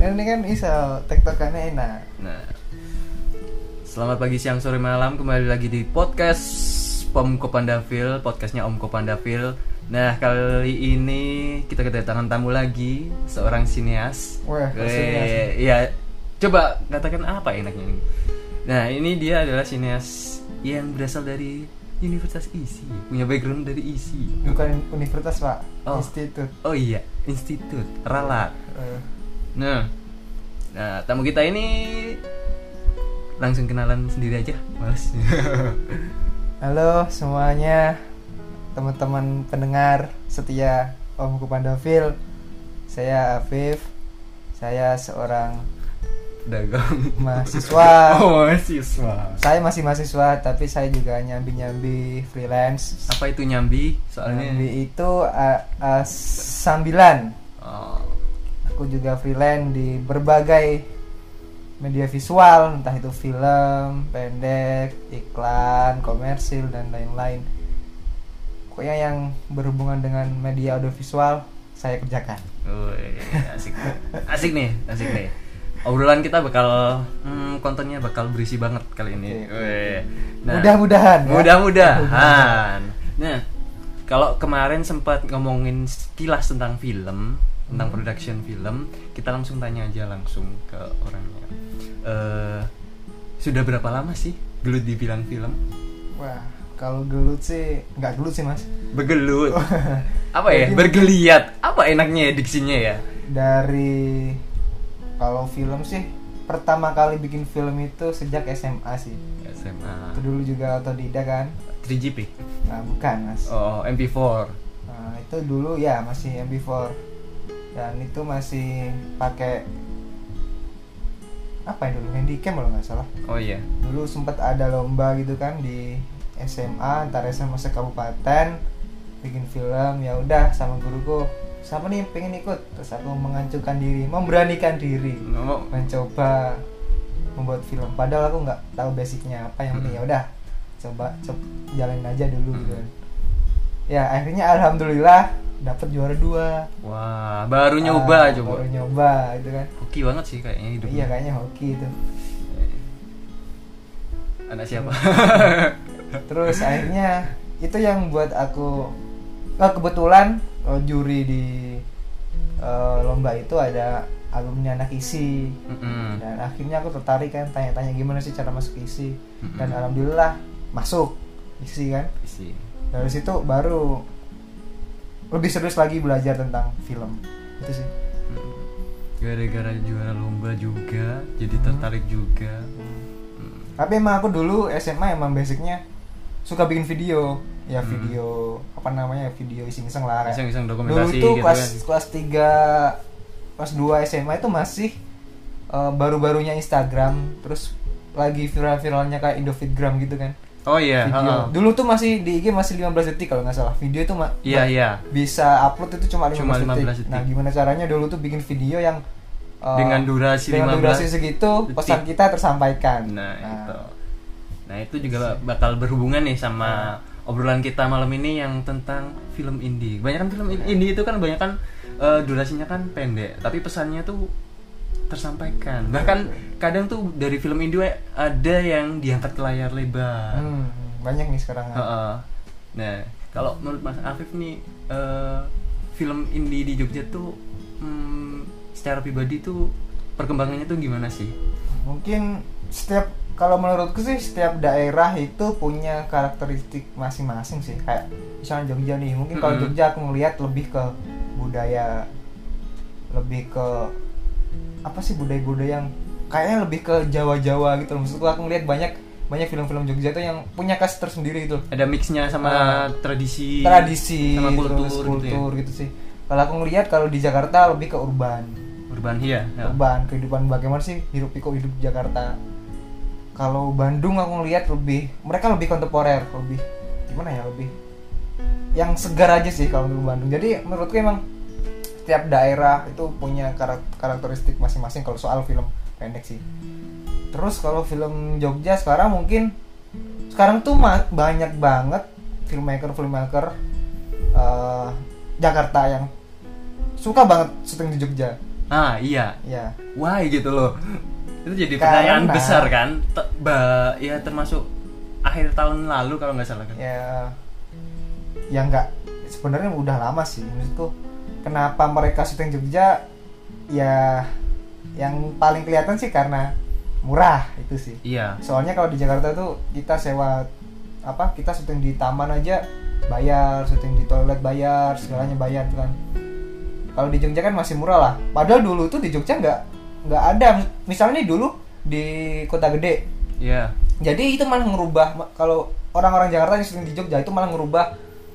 Ini kan bisa tektokannya enak. Nah, selamat pagi, siang, sore, malam. Kembali lagi di podcast Om Kopandavil, podcastnya Om Kopandavil. Nah, kali ini kita kedatangan tamu lagi, seorang sineas. Wah, sineas. Iya, coba katakan apa enaknya ini. Nah, ini dia adalah sineas yang berasal dari Universitas ISI, punya background dari ISI. Bukan universitas, Pak. Oh. Institut. Oh iya, Institut Ralat. Nah, tamu kita ini langsung kenalan sendiri aja, Mas. Halo semuanya, teman-teman pendengar setia Om Kopandavil. Saya Afif. Saya seorang Dagang mahasiswa. Oh, mahasiswa. Saya masih mahasiswa, tapi saya juga nyambi-nyambi freelance. Apa itu nyambi? Soalnya Nyambi itu sambilan. Oh. Aku juga freelance di berbagai media visual, entah itu film, pendek, iklan, komersil, dan lain-lain. Pokoknya yang berhubungan dengan media audiovisual saya kerjakan. Asik. Asik nih. Obrolan kita bakal kontennya bakal berisi banget kali ini. Nah, mudah-mudahan. Mudah-mudahan. Nah, kalau kemarin sempat ngomongin sekilas tentang film, tentang production film, kita langsung tanya aja langsung ke orangnya. Sudah berapa lama sih gelut di bidang film? Wah, kalau gelut sih nggak gelut sih, Mas. Begelut. Apa ya? Bergeliat. Apa enaknya diksinya ya? Dari kalau film sih pertama kali bikin film itu sejak SMA sih. SMA. Itu dulu juga otodidak kan? 3GP. Nah, bukan, Mas. Oh, MP4. Nah, itu dulu ya masih MP4. Dan itu masih pakai apa ya dulu, Handycam kalau nggak salah. Oh iya. Dulu sempat ada lomba gitu kan di SMA, antar SMA sekabupaten bikin film. Ya udah sama guruku, siapa nih pengen ikut, terus aku memberanikan diri mencoba membuat film, padahal aku nggak tahu basicnya apa, yang penting ya udah coba jalanin aja dulu gitu kan. Ya akhirnya alhamdulillah dapat juara 2. Wah, baru nyoba coba. Baru nyoba gitu kan. Hoki banget sih kayaknya hidupnya. Iya, kayaknya hoki itu. Anak siapa? Terus akhirnya itu yang buat aku kebetulan juri di lomba itu ada alumni anak ISI. Dan akhirnya aku tertarik kan, tanya-tanya gimana sih cara masuk ISI. Dan alhamdulillah masuk ISI kan. ISI. Dari situ baru lebih serius lagi belajar tentang film. Itu sih. Gara-gara juara lomba juga jadi tertarik juga. Tapi emang aku dulu SMA emang basicnya suka bikin video. Ya video apa namanya, video iseng-iseng lah. Iseng-iseng dokumentasi dulu itu gitu kelas 3, kelas 2 SMA itu masih baru-barunya Instagram, terus lagi viral-viralnya kayak Indofitgram gitu kan. Oh iya. Video. Dulu tuh masih di IG masih 15 detik kalau nggak salah. Video itu iya. Bisa upload itu cuma 15 detik. Nah, gimana caranya dulu tuh bikin video yang dengan durasi segitu detik, pesan kita tersampaikan. Nah, itu juga bakal berhubungan nih sama obrolan kita malam ini yang tentang film indie. Kebanyakan film indie itu kan durasinya kan pendek, tapi pesannya tuh tersampaikan. Bahkan kadang tuh dari film indie ada yang diangkat ke layar lebar. Banyak nih sekarang. Nah, kalau menurut Mas Afif nih, film indie di Jogja tuh secara pribadi tuh perkembangannya tuh gimana sih? Mungkin kalau menurutku sih setiap daerah itu punya karakteristik masing-masing sih. Kayak misalnya Jogja nih, mungkin kalau Jogja aku ngelihat lebih ke budaya, lebih ke apa sih, budaya yang kayaknya lebih ke Jawa-Jawa gitu. Maksudku aku ngelihat banyak film-film Jogja itu yang punya khas tersendiri itu. Ada mixnya sama tradisi sama kultur gitu sih. Kalau aku ngelihat kalau di Jakarta lebih ke urban ya. Urban, kehidupan bagaimana sih hidup Jakarta. Kalau Bandung aku ngelihat mereka lebih kontemporer, lebih gimana ya, lebih yang segar aja sih kalau di Bandung. Jadi menurutku emang setiap daerah itu punya karakteristik masing-masing kalau soal film pendek sih. Terus kalau film Jogja sekarang tuh banyak banget filmmaker Jakarta yang suka banget syuting di Jogja. Iya. Ya. Why gitu loh. Itu jadi pertanyaan besar kan. Ya termasuk akhir tahun lalu kalau nggak salah kan. Ya nggak, sebenarnya udah lama sih maksudku. Kenapa mereka syuting Jogja? Ya yang paling kelihatan sih karena murah itu sih. Iya. Soalnya kalau di Jakarta tuh kita sewa kita syuting di taman aja bayar, syuting di toilet bayar, segalanya bayar tuh kan. Kalau di Jogja kan masih murah lah. Padahal dulu tuh di Jogja nggak ada. Misalnya nih dulu di kota gede. Iya. Jadi itu malah ngerubah, kalau orang-orang Jakarta yang syuting di Jogja itu malah ngerubah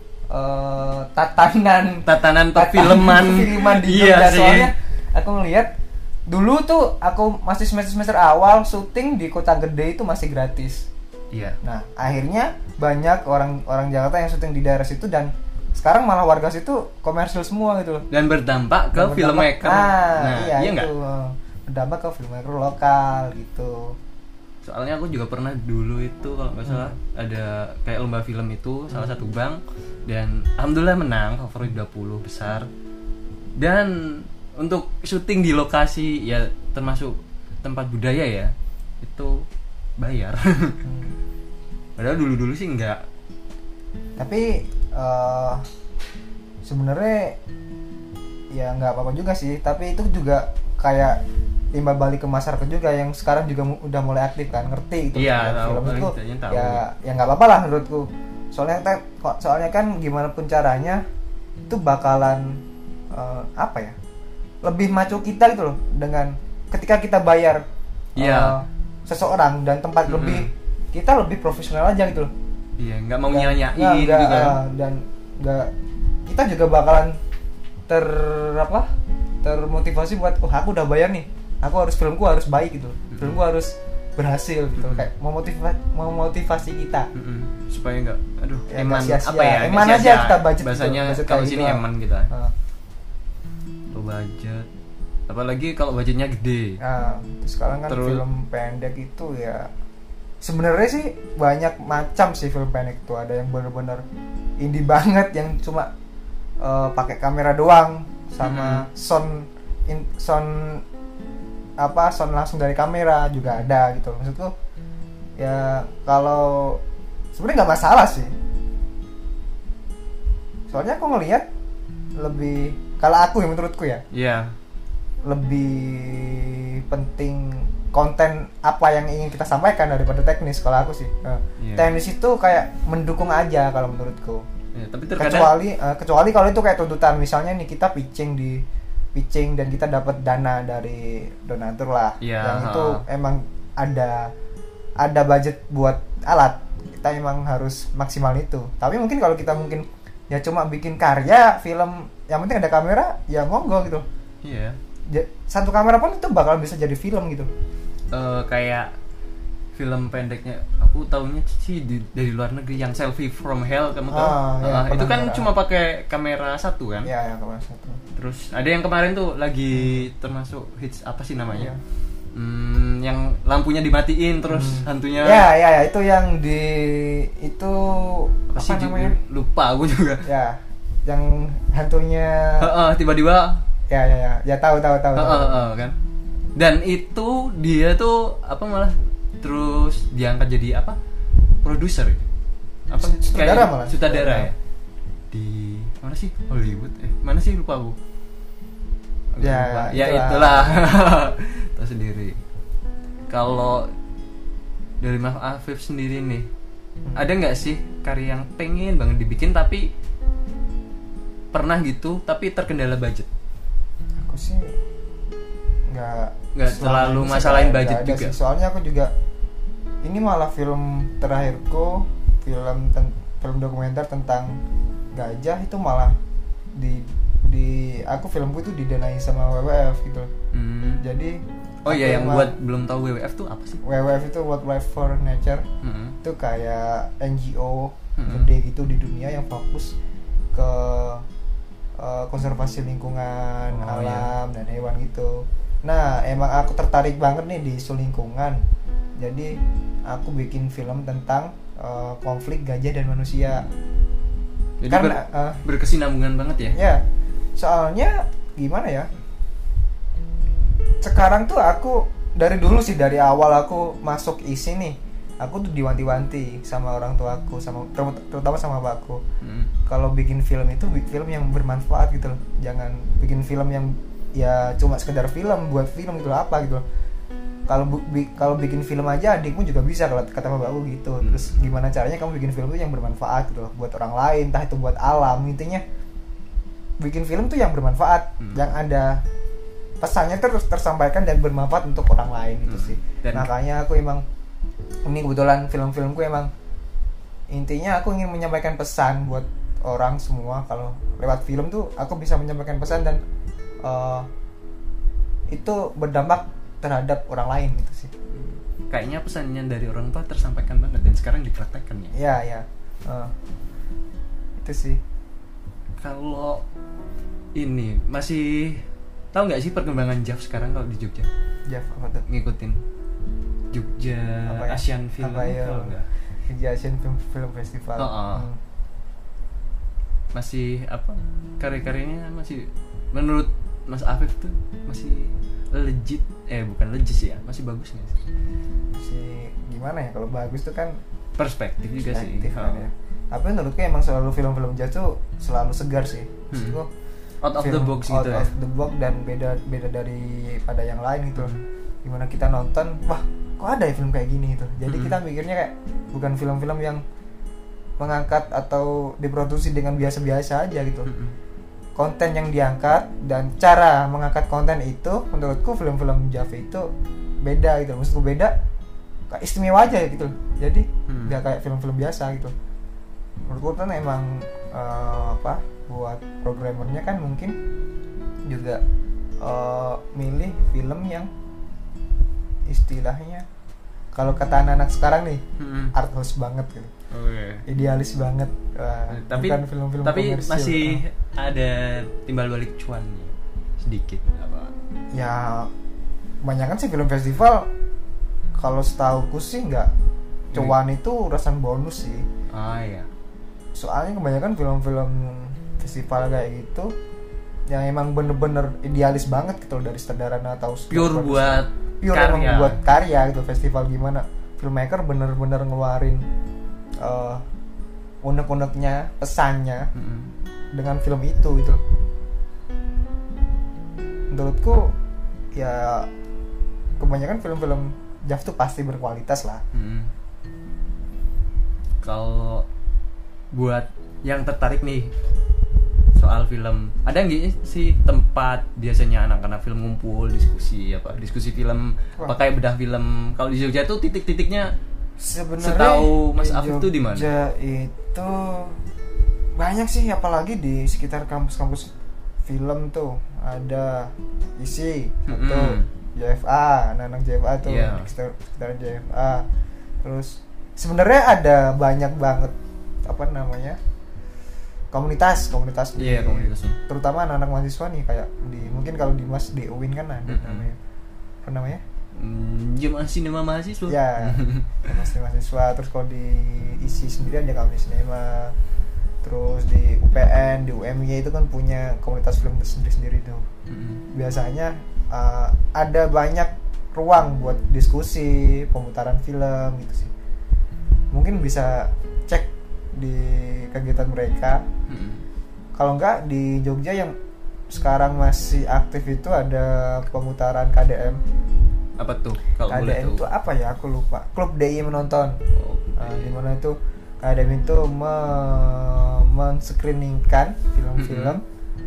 tatanan perfilman di Jogja. Iya, soalnya aku ngelihat dulu tuh aku masih semester awal syuting di kota gede itu masih gratis. Iya. Nah akhirnya banyak orang Jakarta yang syuting di daerah situ dan sekarang malah warga situ komersil semua gitu loh. Dan berdampak ke filmmaker. Iya itu. Berdampak ke filmmaker lokal gitu. Soalnya aku juga pernah dulu itu kalau nggak salah ada kayak lomba film itu salah satu bank dan alhamdulillah menang favorit 20 besar. Dan untuk syuting di lokasi ya termasuk tempat budaya ya itu bayar. Padahal dulu sih enggak. Tapi sebenarnya ya nggak apa-apa juga sih. Tapi itu juga kayak timbal balik ke masyarakat juga yang sekarang juga udah mulai aktif kan, ngerti itu film itu ya nggak apa-apa lah menurutku. Soalnya kan gimana pun caranya itu bakalan lebih maco kita gitu loh dengan ketika kita bayar seseorang dan tempat kita lebih profesional aja gitu loh. Iya, nggak mau nyanyain gitu kan. Dan nggak, kita juga bakalan termotivasi buat aku udah bayar nih, filmku harus baik gitu, filmku harus berhasil gitu, kayak memotivasi kita supaya nggak eman eman aja kita budget bahasanya gitu, kalau sini gitu. Eman kita lo budget apalagi kalau budgetnya gede. Terus sekarang kan film pendek itu ya sebenarnya sih banyak macam sih film pendek itu. Ada yang benar-benar indie banget yang cuma pakai kamera doang sama sound langsung dari kamera juga ada gitu. Maksudku ya kalau sebenarnya nggak masalah sih. Soalnya aku ngelihat lebih, kalau aku ya menurutku ya, lebih penting konten apa yang ingin kita sampaikan daripada teknis kalau aku sih. Teknis itu kayak mendukung aja kalau menurutku. Tapi terkadang kecuali kalau itu kayak tuntutan, misalnya nih kita pitching dan kita dapat dana dari donatur lah, yang itu emang ada budget buat alat, kita emang harus maksimal itu. Tapi mungkin kalau kita ya cuma bikin karya film yang penting ada kamera, ya monggo gitu. Iya. Satu kamera pun itu bakal bisa jadi film gitu. Kayak film pendeknya aku tahunya sih dari luar negeri yang Selfie from Hell, kamu tahu? Itu kan cuma pakai kamera satu kan? Iya, kamera satu. Terus ada yang kemarin tuh lagi termasuk hits apa sih namanya? Yang lampunya dimatiin terus hantunya. Ya, itu yang itu apa sih namanya? Lupa aku juga. Ya, yang hantunya tiba-tiba. Ya tahu. Kan. Dan itu dia tuh malah terus diangkat jadi produser sutradara ya di mana sih, Hollywood mana sih, lupa aku. Itulah. Tahu sendiri. Kalau dari Mas Afif sendiri nih, ada nggak sih karya yang pengen banget dibikin tapi pernah gitu tapi terkendala budget? Aku sih nggak terlalu masalahin budget juga sih. Soalnya aku juga ini malah film terakhirku, film dokumenter tentang gajah, itu malah aku filmku itu didanai sama WWF gitu. Jadi yang buat belum tahu WWF tuh apa sih? WWF itu Wildlife for Nature. Itu kayak NGO gede gitu di dunia yang fokus ke konservasi lingkungan, alam dan hewan gitu. Nah, emang aku tertarik banget nih di isu lingkungan. Jadi aku bikin film tentang konflik gajah dan manusia. Jadi berkesinambungan banget ya? Ya, soalnya gimana ya? sekarang tuh aku dari dulu sih, dari awal aku masuk isi nih, aku tuh diwanti-wanti sama orang tua aku, sama terutama sama bapakku. Kalau bikin film itu film yang bermanfaat gitu loh. Jangan bikin film yang ya cuma sekedar film buat film gitu loh, apa gitu loh. Kalau bikin film aja adikmu juga bisa, kalau kata bapakku gitu. Terus gimana caranya kamu bikin film itu yang bermanfaat gitu loh, buat orang lain, entah itu buat alam. Intinya bikin film tuh yang bermanfaat, yang ada pesannya terus tersampaikan dan bermanfaat untuk orang lain gitu sih. Dan makanya aku emang ini kebetulan film-filmku emang intinya aku ingin menyampaikan pesan buat orang semua. Kalau lewat film tuh aku bisa menyampaikan pesan dan itu berdampak terhadap orang lain gitu sih. Kayaknya pesannya dari orang tua tersampaikan banget dan sekarang dipraktekkan ya. Iya. Itu sih. Kalau ini masih tahu nggak sih perkembangan JAF sekarang kalau di Jogja? JAF apa tuh? Ngikutin Jogja ya? Asian Film Festival enggak? Jogja Asian Film Festival. Masih apa? Karya-karyanya masih menurut Mas Afif tuh masih legit, bukan legit sih ya, masih bagus nggak sih? Masih gimana ya, kalau bagus tuh kan perspektif juga sih. Kan, ya. Tapi menurutku emang selalu film-film jazz tuh selalu segar sih. Maksudku out of the box gitu ya. Out of the box dan beda daripada yang lain gitu. Gimana kita nonton, wah kok ada ya film kayak gini gitu. Jadi kita mikirnya kayak bukan film-film yang mengangkat atau diproduksi dengan biasa-biasa aja gitu. Konten yang diangkat dan cara mengangkat konten itu menurutku film-film Java itu beda gitu. Maksudku beda, kayak istimewa aja gitu. Jadi nggak kayak film-film biasa gitu. Menurutku kan emang buat programmernya kan mungkin juga milih film yang istilahnya kalau kata anak-anak sekarang nih art house banget gitu. Idealis banget. Bukan film-film tapi komersil. Masih ada timbal balik cuannya sedikit apa? Ya kebanyakan sih film festival kalau setahuku sih nggak, cuan itu urasan bonus sih. Iya. Soalnya kebanyakan film-film festival kayak gitu yang emang bener-bener idealis banget gitu dari sutradaranya atau pure buat karya. Buat karya gitu. Festival gimana filmmaker bener-bener ngeluarin unek-uneknya, pesannya dengan film itu gitu. Menurutku ya kebanyakan film-film Jav tuh pasti berkualitas lah. Kalau buat yang tertarik nih soal film, ada nggak sih tempat biasanya anak-anak film ngumpul diskusi film pakai bedah film? Kalau di Jogja tuh titik-titiknya sebenarnya setahu Mas Afif tuh di mana? Jogja itu banyak sih, apalagi di sekitar kampus-kampus film tuh ada isi atau JFA, anak-anak JFA tuh di sekitar JFA. Terus sebenarnya ada banyak banget komunitas di terutama anak-anak mahasiswa nih, kayak di mungkin kalau di Mas di UIN kan ada namanya Jemaah Sinema Mahasiswa. Ya, mahasiswa. Terus kalau di isi sendiri ada kampus sinema. Terus di UPN, di UMY itu kan punya komunitas film sendiri tuh. Biasanya ada banyak ruang buat diskusi, pemutaran film gitu sih. Mungkin bisa cek di kegiatan mereka. Kalau enggak di Jogja yang sekarang masih aktif itu ada pemutaran KDM. Apa tuh? Kalau KDM itu apa ya? Aku lupa. Klub DI menonton. Di mana itu KDM itu men-screeningkan film-film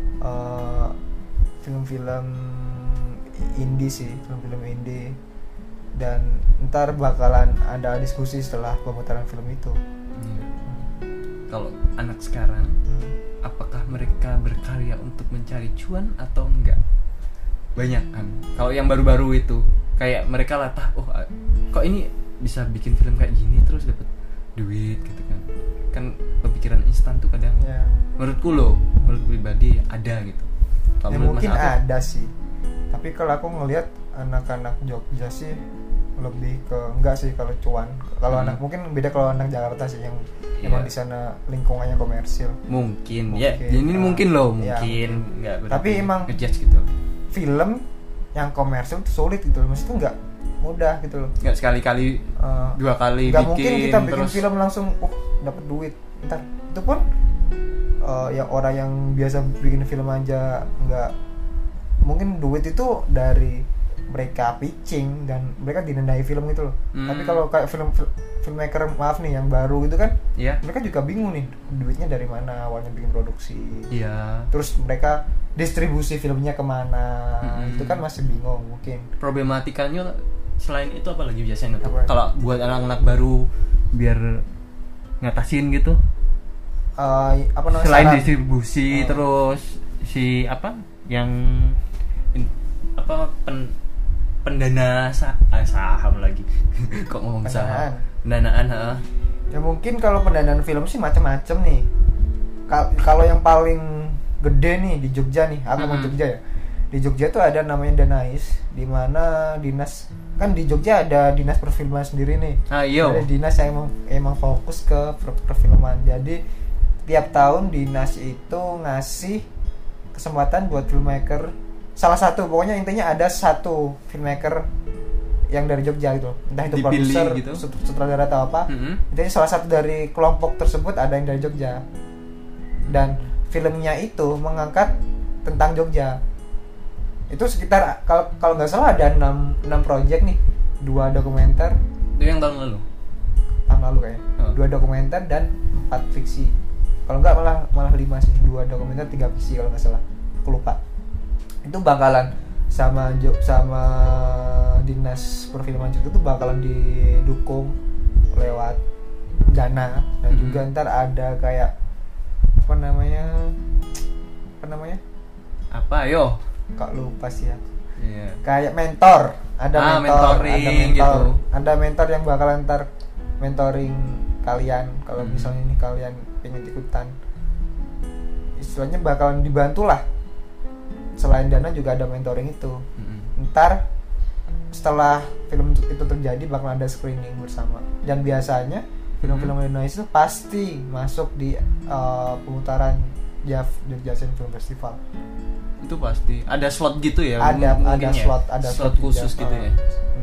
film-film indie sih, film-film indie. Dan ntar bakalan ada diskusi setelah pemutaran film itu. Kalau anak sekarang, apakah mereka berkarya untuk mencari cuan atau enggak? Banyak kan. Kalau yang baru-baru itu kayak mereka latah, kok ini bisa bikin film kayak gini terus dapat duit gitu kan kepikiran instan tuh kadang menurut pribadi ada gitu. Ya mungkin ada sih, tapi kalau aku ngelihat anak-anak Jogja sih lebih ke enggak sih kalau cuan. Kalau anak mungkin beda kalau anak Jakarta sih yang emang di sana lingkungannya komersil. Mungkin. Ya ini mungkin loh, mungkin enggak. Tapi emang ngejudge gitu. Film yang komersil itu sulit gitu loh, maksudnya nggak mudah gitu loh. Nggak sekali-kali 2 kali nggak bikin. mungkin kita bikin terus film langsung dapat duit ntar. Itu pun yang orang yang biasa bikin film aja nggak mungkin duit itu dari mereka pitching dan mereka dinandai film gitu loh. Tapi kalau kayak filmmaker maaf nih yang baru gitu kan, mereka juga bingung nih duitnya dari mana awalnya bikin produksi. Terus mereka distribusi filmnya kemana, itu kan masih bingung mungkin. Problematikanya selain itu apa lagi biasanya tuh? Kalau buat anak-anak baru biar ngatasin gitu. Apa namanya? Selain distribusi terus si apa yang pendana saham lagi. Kok ngomong saham? Pendanaan, ya mungkin kalau pendanaan film sih macam-macam nih. Kalau yang paling gede nih di Jogja nih, aku mau Jogja ya. Di Jogja tuh ada namanya Danais, di mana dinas kan di Jogja ada dinas perfilman sendiri nih. Ada dinas yang emang fokus ke perfilman. Jadi tiap tahun dinas itu ngasih kesempatan buat filmmaker. Salah satu, pokoknya intinya ada satu filmmaker yang dari Jogja gitu, entah itu produser, gitu, sutradara atau apa. Intinya salah satu dari kelompok tersebut ada yang dari Jogja. Dan filmnya itu mengangkat tentang Jogja. Itu sekitar kalau nggak salah ada 6 project nih, 2 dokumenter. Itu yang tahun lalu kayaknya. 2 dokumenter dan 4 fiksi. Kalau nggak malah 5 sih, 2 dokumenter 3 fiksi kalau nggak salah. Aku lupa. Itu bakalan sama dinas perfilman Jogja itu bakalan didukung lewat dana dan juga ntar ada kayak apa namanya kok lupa sih ya. Kayak mentor, ada mentor yang bakalan ntar mentoring kalian kalau misalnya ini kalian pengen ikutan, istilahnya bakalan dibantu lah. Selain dana juga ada mentoring itu. Ntar setelah film itu terjadi bakal ada screening bersama. Dan biasanya film-film Indonesia itu pasti masuk di pemutaran Jasin Film Festival. Itu pasti. Ada slot gitu ya? Ada slot khusus gitu ya.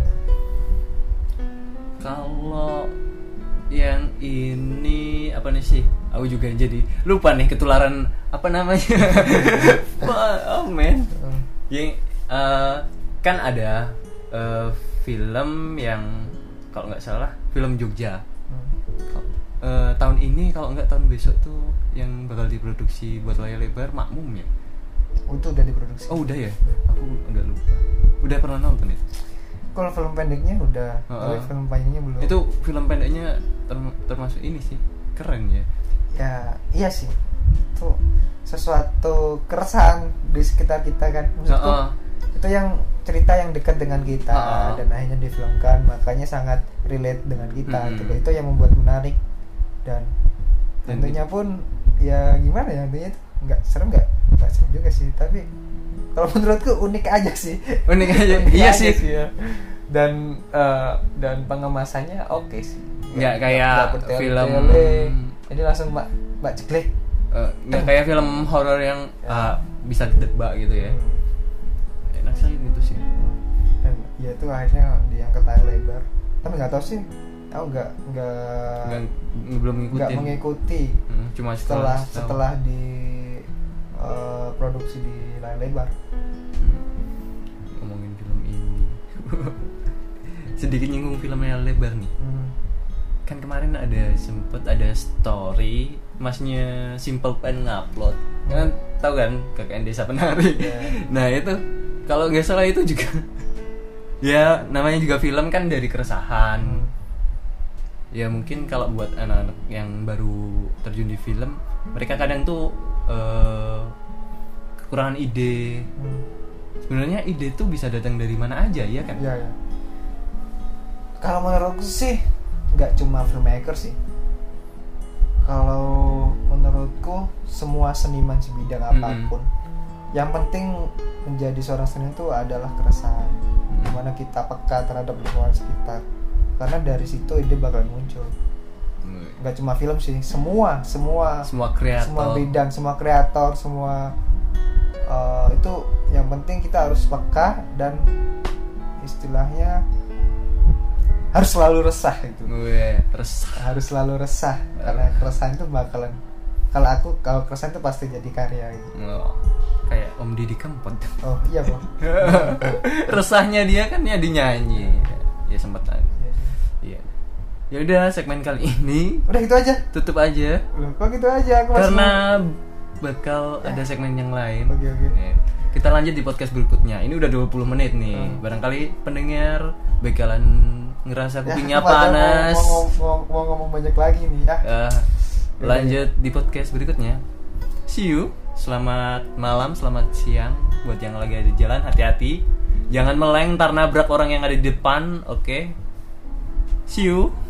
Kalau yang ini apa nih sih? Aku juga jadi lupa nih, ketularan apa namanya. Oh man. Yang kan ada film yang kalau nggak salah film Jogja. Tahun ini kalau nggak tahun besok tuh yang bakal diproduksi buat layar lebar Makmum ya. Itu udah diproduksi. Oh udah ya? Aku nggak lupa. Udah pernah nonton itu? Kalau film pendeknya udah, tapi film panjangnya belum. Itu film pendeknya termasuk ini sih, keren ya. Ya iya sih, itu sesuatu keresahan di sekitar kita kan, maksudku itu yang cerita yang dekat dengan kita dan akhirnya difilmkan, makanya sangat relate dengan kita. Itu yang membuat menarik dan tentunya pun ya gimana ya, tentunya nggak serem juga sih, tapi kalau menurutku unik aja sih. Iya sih ya. Dan pengemasannya oke sih. Nggak kayak film jadi langsung mbak ceklek. Nggak kayak film horor yang bisa ditebak gitu ya. Enak sih gitu sih. Dan ya itu akhirnya diangkat layar lebar. Tapi nggak tahu sih, aku belum mengikuti. Cuma setelah di produksi di layar lebar. Ngomongin film ini sedikit nyinggung film layar lebar nih. Kan kemarin sempet ada story masnya Simple Pen ngupload. Kan tahu kan KKN Desa Penari. Nah itu kalau nggak salah itu juga ya namanya juga film kan dari keresahan. Ya mungkin kalau buat anak-anak yang baru terjun di film, mereka kadang tuh kekurangan ide. Sebenarnya ide tuh bisa datang dari mana aja ya kan? Iya. Kalau menurutku sih nggak cuma filmmaker sih. Kalau menurutku semua seniman sebidang apapun, yang penting menjadi seorang seniman itu adalah keresahan, dimana kita peka terhadap lingkungan sekitar. Karena dari situ ide bakal muncul. Nggak cuma film sih, semua kreator, semua bidang, semua kreator, semua itu yang penting kita harus peka dan istilahnya harus selalu resah itu. Harus selalu resah karena keresahan itu bakalan, kalau keresahan itu pasti jadi karya gitu. Kayak Om Didi Kempot. Oh iya bro. Resahnya dia kan ya dinyanyi. Ya sempat aja. Iya. Ya udah, segmen kali ini udah gitu aja. Tutup aja. Loh, kok gitu aja? Karena bakal ada segmen yang lain. Oke. Kita lanjut di podcast berikutnya. Ini udah 20 menit nih. Barangkali pendengar bakalan ngerasa kupingnya panas. Mau ngomong banyak lagi nih ya. Lanjut di podcast berikutnya. See you. Selamat malam, selamat siang buat yang lagi ada di jalan, hati-hati. Jangan meleng ntar nabrak orang yang ada di depan, oke? See you.